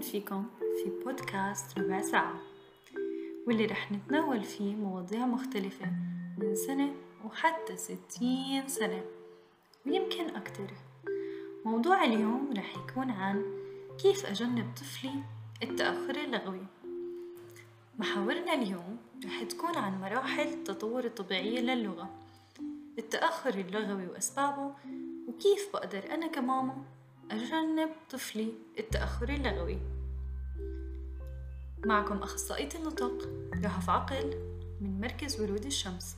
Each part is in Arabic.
فيكم في بودكاست ربع ساعة، واللي رح نتناول فيه مواضيع مختلفة من سنة وحتى 60 سنة ويمكن أكتر. موضوع اليوم رح يكون عن كيف أجنب طفلي التأخر اللغوي. محاورنا اليوم رح تكون عن مراحل التطور الطبيعية للغة، التأخر اللغوي وأسبابه، وكيف بقدر أنا كماما أجنب طفلي التأخر اللغوي. معكم أخصائية النطق رهف عقل من مركز ورود الشمس.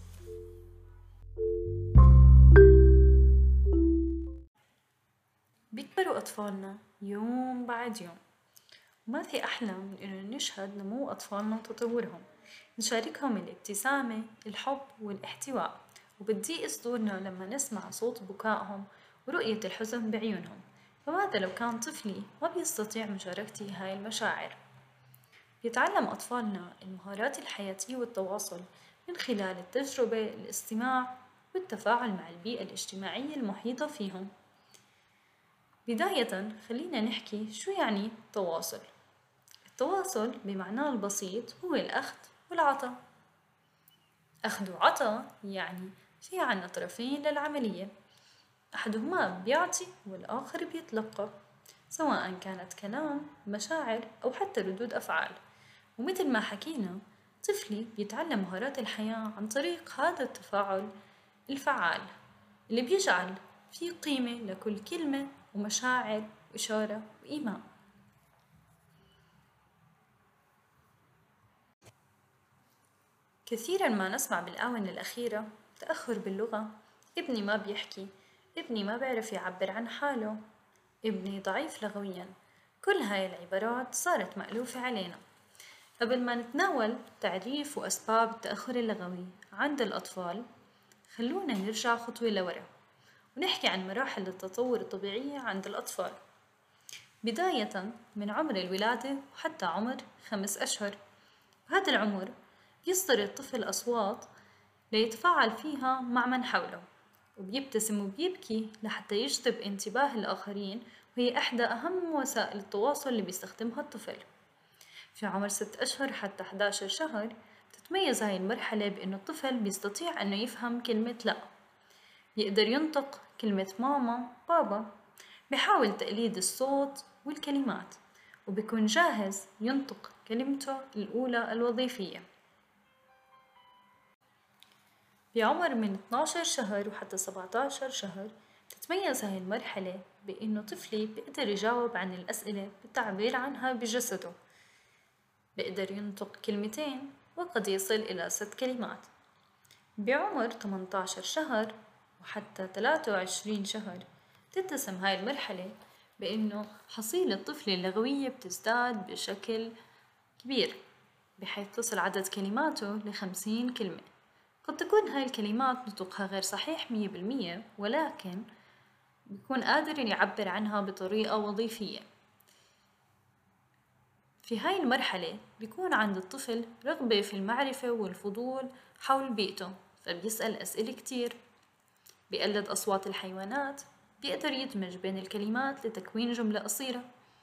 بيكبروا أطفالنا يوم بعد يوم، وما في أحلى من إنه نشهد نمو أطفالنا وتطورهم، نشاركهم الابتسامة، الحب والإحتواء، وبتضيق صدورنا لما نسمع صوت بكائهم ورؤية الحزن بعيونهم. فماذا لو كان طفلي ما بيستطيع مشاركتي هاي المشاعر؟ يتعلم أطفالنا المهارات الحياتية والتواصل من خلال التجربة، الاستماع والتفاعل مع البيئة الاجتماعية المحيطة فيهم. بداية خلينا نحكي شو يعني تواصل. التواصل بمعناه البسيط هو الأخذ والعطاء. أخذ وعطاء يعني في عنا طرفين للعملية، أحدهما بيعطي والآخر بيتلقى، سواء كانت كلام، مشاعر أو حتى ردود أفعال. ومثل ما حكينا، طفلي بيتعلم مهارات الحياة عن طريق هذا التفاعل الفعال اللي بيجعل في قيمة لكل كلمة ومشاعر وإشارة وإيماء. كثيرا ما نسمع بالآونة الأخيرة تأخر باللغة، ابني ما بيحكي، ابني ما بيعرف يعبر عن حاله، ابني ضعيف لغويا. كل هاي العبارات صارت مألوفة علينا. قبل ما نتناول تعريف وأسباب التأخر اللغوي عند الأطفال، خلونا نرجع خطوة لورا ونحكي عن مراحل التطور الطبيعية عند الأطفال، بداية من عمر الولادة وحتى عمر 5 أشهر. بهذا العمر بيصدر الطفل أصوات ليتفاعل فيها مع من حوله، وبيبتسم وبيبكي لحتى يجذب انتباه الآخرين، وهي إحدى أهم وسائل التواصل اللي بيستخدمها الطفل. في عمر 6 أشهر حتى 11 شهر تتميز هاي المرحلة بأنه الطفل بيستطيع أنه يفهم كلمة لا، يقدر ينطق كلمة ماما، بابا، بيحاول تقليد الصوت والكلمات، وبيكون جاهز ينطق كلمته الأولى الوظيفية. بعمر من 12 شهر وحتى 17 شهر تتميز هاي المرحلة بأنه طفلي بيقدر يجاوب عن الأسئلة بالتعبير عنها بجسده، بيقدر ينطق كلمتين وقد يصل إلى 6 كلمات. بعمر 18 شهر وحتى 23 شهر تتسم هاي المرحلة بأنه حصيلة الطفل اللغوية بتزداد بشكل كبير، بحيث تصل عدد كلماته ل50 كلمة. قد تكون هاي الكلمات نطقها غير صحيح 100%، ولكن بيكون قادر يعبر عنها بطريقة وظيفية. في هاي المرحلة بيكون عند الطفل رغبة في المعرفة والفضول حول بيئته، فبيسأل أسئلة كتير، بيقلد أصوات الحيوانات، بيقدر يدمج بين الكلمات لتكوين جملة قصيرة.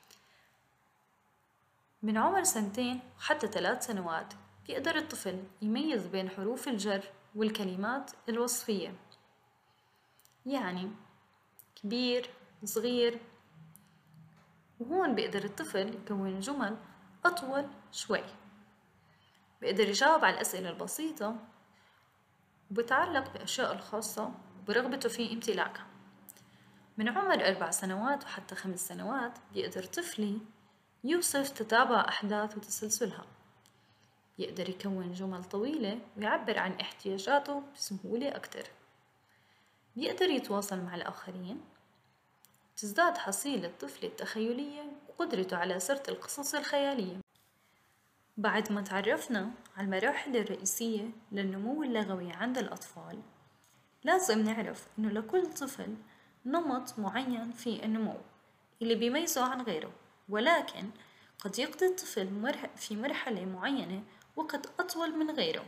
من عمر 2 وحتى 3 سنوات بيقدر الطفل يميز بين حروف الجر والكلمات الوصفية، يعني كبير، صغير. وهون بيقدر الطفل يكون جمل أطول شوي، بيقدر يجاوب على الأسئلة البسيطة، وبتعلق بأشياء الخاصة برغبته في امتلاكها. من عمر 4 سنوات وحتى 5 سنوات بيقدر طفلي يوصف تتابع أحداث وتسلسلها، يقدر يكون جمل طويلة ويعبر عن احتياجاته بسهولة أكتر، بيقدر يتواصل مع الآخرين. تزداد حصيلة الطفل التخيلية وقدرته على سرد القصص الخيالية. بعد ما تعرفنا على المراحل الرئيسية للنمو اللغوي عند الأطفال، لازم نعرف إنه لكل طفل نمط معين في النمو اللي بيميزه عن غيره، ولكن قد يقضي الطفل في مرحلة معينة وقت أطول من غيره.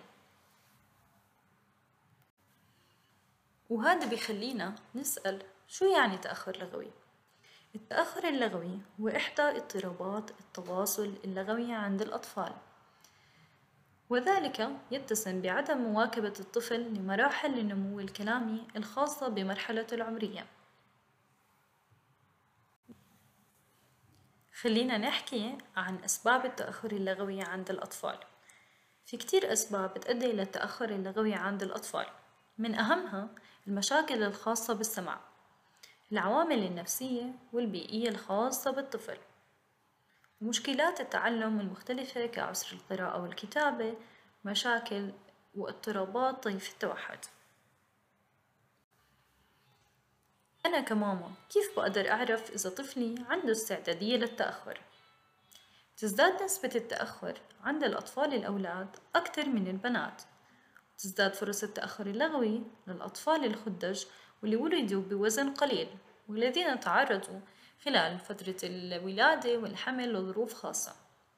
وهذا بيخلينا نسأل شو يعني تأخر لغوي؟ التأخر اللغوي هو إحدى اضطرابات التواصل اللغوي عند الأطفال، وذلك يتسم بعدم مواكبة الطفل لمراحل النمو الكلامي الخاصة بمرحلة العمرية. خلينا نحكي عن أسباب التأخر اللغوي عند الأطفال. في كتير أسباب بتؤدي إلى التأخر اللغوي عند الأطفال، من أهمها المشاكل الخاصة بالسمع، العوامل النفسية والبيئية الخاصة بالطفل، مشكلات التعلم المختلفة كعسر القراءة والكتابة، مشاكل واضطرابات طيف التوحد. أنا كماما كيف بقدر أعرف إذا طفلي عنده استعدادية للتأخر؟ تزداد نسبة التأخر عند الأطفال الأولاد أكثر من البنات، تزداد فرص التأخر اللغوي للأطفال الخدج واللي ولدوا بوزن قليل والذين تعرضوا خلال فترة الولادة والحمل لظروف خاصة،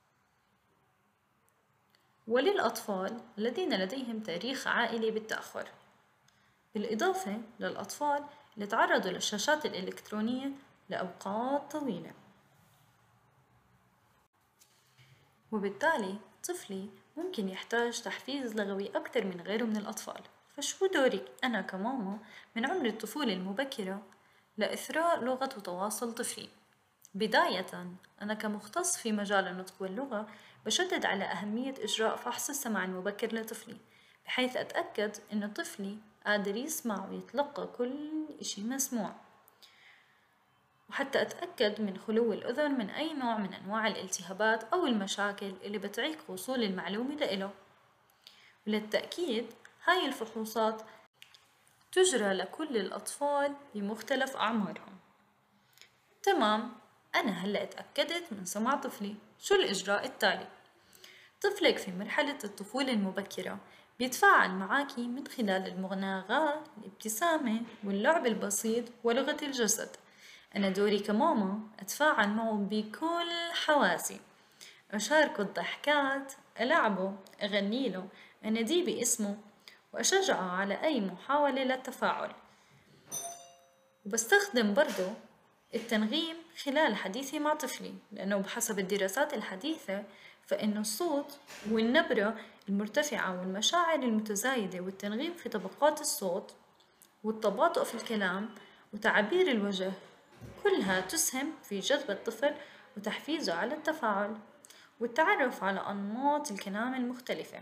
وللأطفال الذين لديهم تاريخ عائلي بالتأخر، بالإضافة للأطفال اللي تعرضوا للشاشات الإلكترونية لأوقات طويلة. وبالتالي طفلي ممكن يحتاج تحفيز لغوي أكثر من غيره من الأطفال. فشو دوري أنا كماما من عمر الطفولة المبكرة لإثراء لغة وتواصل طفلي؟ بداية، أنا كمختص في مجال النطق واللغة بشدد على أهمية إجراء فحص السمع المبكر لطفلي، بحيث أتأكد إن طفلي قادر يسمع ويتلقى كل إشي مسموع، وحتى أتأكد من خلو الأذن من أي نوع من أنواع الالتهابات أو المشاكل اللي بتعيق وصول المعلومة لإله. وللتأكيد هاي الفحوصات تجرى لكل الأطفال بمختلف أعمارهم. تمام، أنا هلأ اتأكدت من سمع طفلي، شو الإجراء التالي؟ طفلك في مرحلة الطفولة المبكرة بيتفاعل معاكي من خلال المغناغات، الابتسامة واللعب البسيط ولغة الجسد. أنا دوري كماما أتفاعل معه بكل حواسي، أشاركه الضحكات، ألعبه، أغنيله، أناديه باسمه، وأشجعه على أي محاولة للتفاعل. وبستخدم برضه التنغيم خلال حديثي مع طفلي، لأنه بحسب الدراسات الحديثة فإن الصوت والنبرة المرتفعة والمشاعر المتزايدة والتنغيم في طبقات الصوت والتباطؤ في الكلام وتعابير الوجه كلها تسهم في جذب الطفل وتحفيزه على التفاعل والتعرف على أنماط الكلام المختلفة.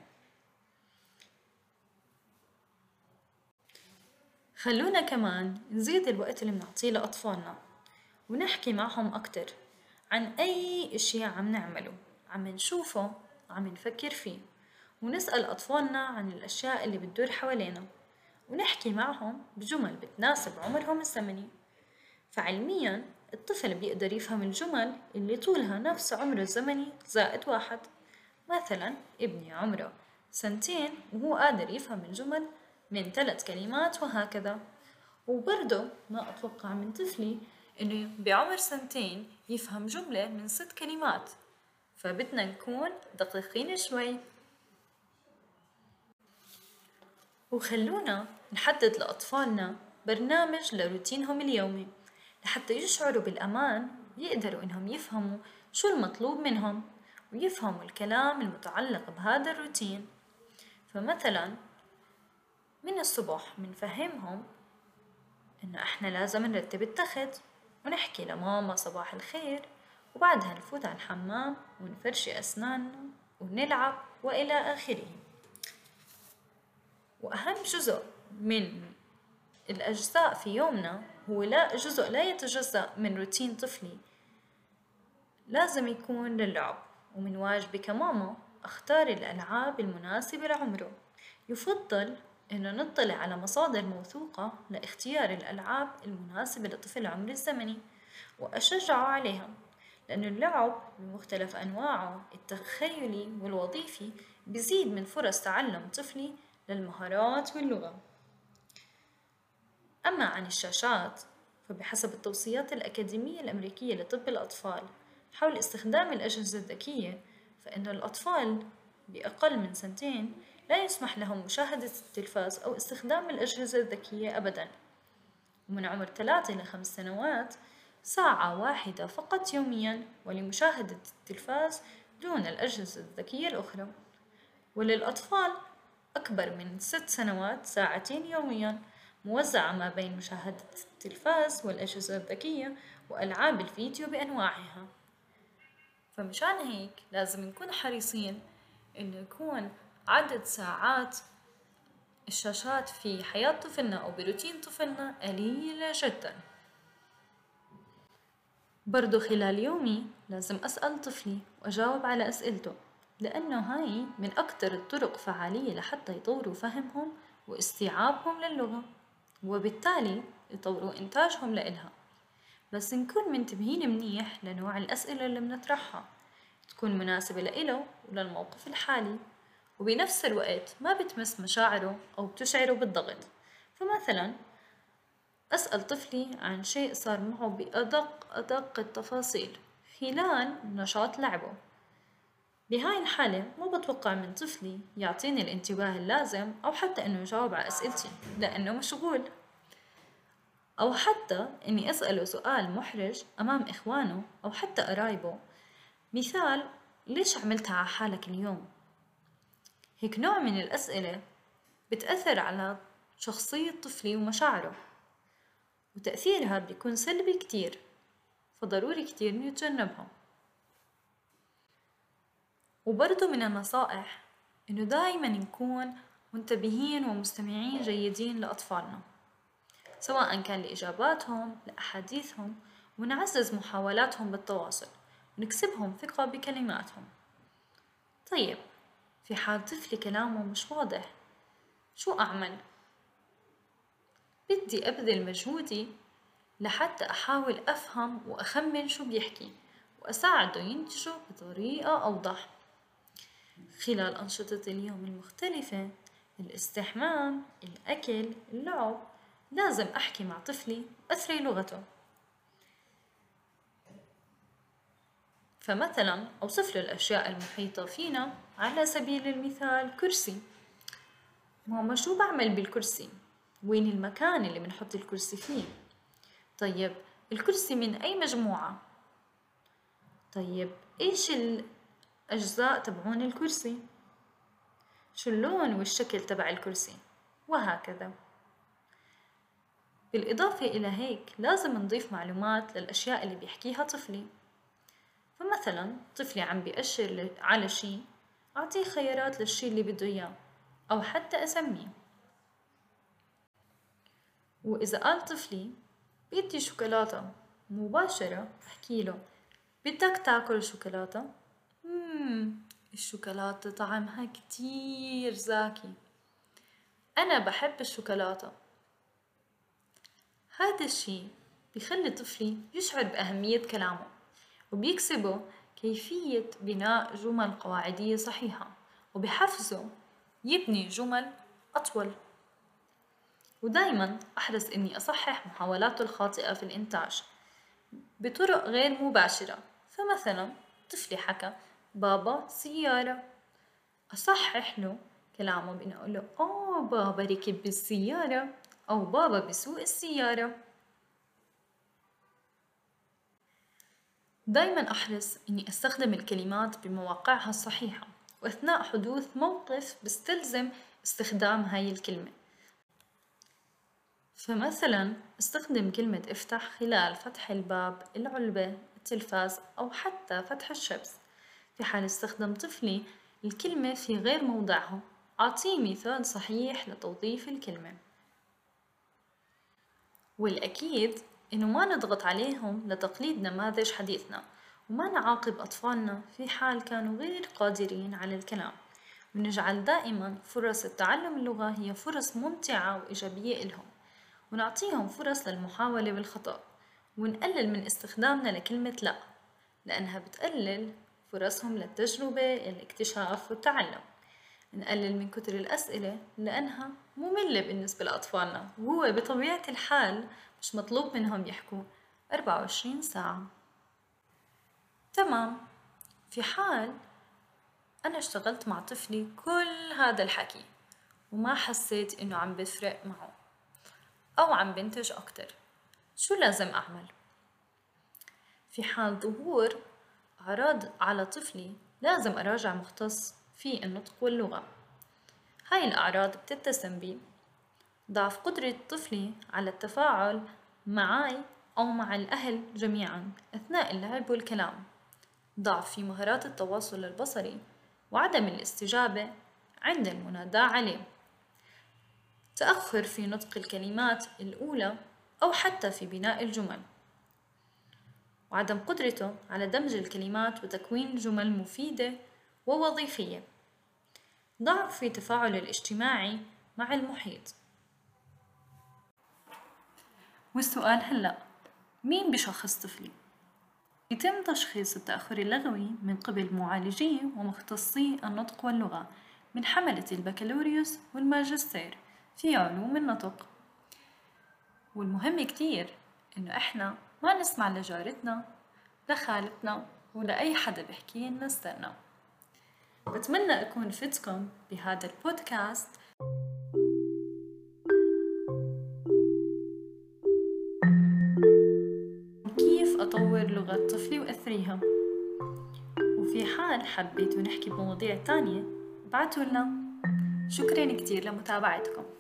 خلونا كمان نزيد الوقت اللي بنعطيه لأطفالنا ونحكي معهم أكتر عن أي إشي عم نعمله، عم نشوفه، عم نفكر فيه، ونسأل أطفالنا عن الأشياء اللي بتدور حوالينا، ونحكي معهم بجمل بتناسب عمرهم الزمني. فعلميا الطفل بيقدر يفهم الجمل اللي طولها نفس عمره الزمني زائد 1. مثلا ابني عمره 2 وهو قادر يفهم الجمل من 3 كلمات وهكذا. وبرضه ما أتوقع من طفلي إنه بعمر 2 يفهم جملة من 6 كلمات، فبدنا نكون دقيقين شوي. وخلونا نحدد لأطفالنا برنامج لروتينهم اليومي لحتى يشعروا بالأمان، يقدروا إنهم يفهموا شو المطلوب منهم ويفهموا الكلام المتعلق بهذا الروتين. فمثلا من الصبح منفهمهم إنه إحنا لازم نرتب التخت ونحكي لماما صباح الخير، وبعدها نفوت على الحمام ونفرشي أسناننا ونلعب وإلى آخره. وأهم جزء من الأجزاء في يومنا هو جزء لا يتجزأ من روتين طفلي، لازم يكون للعب. ومن واجبي كماما أختار الألعاب المناسبة لعمره. يفضل إنه نطلع على مصادر موثوقة لاختيار الألعاب المناسبة لطفل عمر الزمني وأشجعه عليها، لأن اللعب بمختلف أنواعه التخيلي والوظيفي بيزيد من فرص تعلم طفلي للمهارات واللغة. أما عن الشاشات فبحسب التوصيات الأكاديمية الأمريكية لطب الأطفال حول استخدام الأجهزة الذكية، فإن الأطفال بأقل من 2 لا يسمح لهم مشاهدة التلفاز أو استخدام الأجهزة الذكية أبداً. ومن عمر 3 إلى 5 سنوات ساعة واحدة فقط يوميا، ولمشاهدة التلفاز دون الأجهزة الذكية الأخرى. وللأطفال أكبر من 6 سنوات ساعتين يوميا، موزعة ما بين مشاهدة التلفاز والأجهزة الذكية وألعاب الفيديو بأنواعها. فمشان هيك لازم نكون حريصين إنه يكون عدد ساعات الشاشات في حياة طفلنا أو بروتين طفلنا قليلة جدا. برضو خلال يومي لازم أسأل طفلي وأجاوب على أسئلته، لأنه هاي من أكتر الطرق فعالية لحتى يطوروا فهمهم واستيعابهم للغة، وبالتالي يطوروا إنتاجهم لإلها. بس نكون منتبهين منيح لنوع الأسئلة اللي بنطرحها، تكون مناسبة لإله وللموقف الحالي، وبنفس الوقت ما بتمس مشاعره أو بتشعره بالضغط. فمثلا أسأل طفلي عن شيء صار معه بأدق التفاصيل خلال نشاط لعبه. بهاي الحالة ما بتوقع من طفلي يعطيني الانتباه اللازم أو حتى إنه يجاوب على أسئلتي لأنه مشغول، أو حتى إني أسأله سؤال محرج أمام إخوانه أو حتى قرايبه، مثال ليش عملتها على حالك اليوم؟ هيك نوع من الأسئلة بتأثر على شخصية طفلي ومشاعره، وتأثيرها بيكون سلبي كتير، فضروري كتير نتجنبها. وبرضو من النصائح إنه دايما نكون منتبهين ومستمعين جيدين لأطفالنا، سواء كان لإجاباتهم لأحاديثهم، ونعزز محاولاتهم بالتواصل ونكسبهم ثقة بكلماتهم. طيب، في حال طفلي كلامه مش واضح شو أعمل؟ بدي أبذل مجهودي لحتى أحاول أفهم وأخمن شو بيحكي وأساعده ينتجه بطريقة أوضح. خلال أنشطة اليوم المختلفة، الاستحمام، الأكل، اللعب، لازم أحكي مع طفلي وأثري لغته. فمثلا أوصف له الأشياء المحيطة فينا، على سبيل المثال كرسي، ماما شو بعمل بالكرسي؟ وين المكان اللي بنحط الكرسي فيه؟ طيب الكرسي من أي مجموعة؟ طيب إيش الأجزاء تبعون الكرسي؟ شو اللون والشكل تبع الكرسي؟ وهكذا. بالإضافة إلى هيك لازم نضيف معلومات للأشياء اللي بيحكيها طفلي. فمثلا طفلي عم بيأشر على شي، أعطيه خيارات للشي اللي بده إياه أو حتى أسميه. وإذا قال طفلي بدي شوكولاتة، مباشرة أحكي له بدك تاكل شوكولاتة؟ الشوكولاتة طعمها كتير زاكي، أنا بحب الشوكولاتة. هذا الشي بيخلي طفلي يشعر بأهمية كلامه، وبيكسبه كيفية بناء جمل قواعدية صحيحة، وبحفزه يبني جمل أطول. ودايما أحرص إني أصحح محاولاته الخاطئة في الإنتاج بطرق غير مباشرة. فمثلا طفلي حكى بابا سيارة، أصحح له كلامه بإني أقول له بابا ركب بالسيارة أو بابا بسوق السيارة. دايما أحرص إني أستخدم الكلمات بمواقعها الصحيحة، وأثناء حدوث موقف بستلزم استخدام هاي الكلمة. فمثلا استخدم كلمة افتح خلال فتح الباب، العلبة، التلفاز، أو حتى فتح الشبس. في حال استخدم طفلي الكلمة في غير موضعها، أعطيه مثال صحيح لتوظيف الكلمة. والأكيد إنه ما نضغط عليهم لتقليد نماذج حديثنا، وما نعاقب أطفالنا في حال كانوا غير قادرين على الكلام، ونجعل دائما فرص التعلم اللغة هي فرص ممتعة وإيجابية إلهم، ونعطيهم فرص للمحاولة والخطأ، ونقلل من استخدامنا لكلمة لأ، لأنها بتقلل فرصهم للتجربة، الاكتشاف والتعلم. نقلل من كتر الأسئلة لأنها مملة بالنسبة لأطفالنا، وهو بطبيعة الحال مش مطلوب منهم يحكوا 24 ساعة. تمام، في حال أنا اشتغلت مع طفلي كل هذا الحكي وما حسيت إنه عم بفرق معه أو عم بنتج أكتر، شو لازم أعمل؟ في حال ظهور أعراض على طفلي لازم أراجع مختص في النطق واللغة. هاي الأعراض بتتسم ب ضعف قدرة طفلي على التفاعل معي أو مع الأهل جميعا أثناء اللعب والكلام، ضعف في مهارات التواصل البصري وعدم الاستجابة عند المناداة عليه، تأخر في نطق الكلمات الأولى أو حتى في بناء الجمل، وعدم قدرته على دمج الكلمات وتكوين جمل مفيدة ووظيفية، ضعف في التفاعل الاجتماعي مع المحيط. والسؤال هلأ، مين بشخص طفلي؟ يتم تشخيص التأخر اللغوي من قبل معالجي ومختصي النطق واللغة من حملة البكالوريوس والماجستير في علوم النطق. والمهم كتير إنه إحنا ما نسمع لجارتنا، لخالتنا، ولا أي حدا بحكي لنا استنى. بتمنى أكون فدتكم بهذا البودكاست. كيف أطور لغة طفلي وأثريها، وفي حال حبيتوا نحكي بمواضيع تانية ابعتوا لنا. شكرا كتير لمتابعتكم.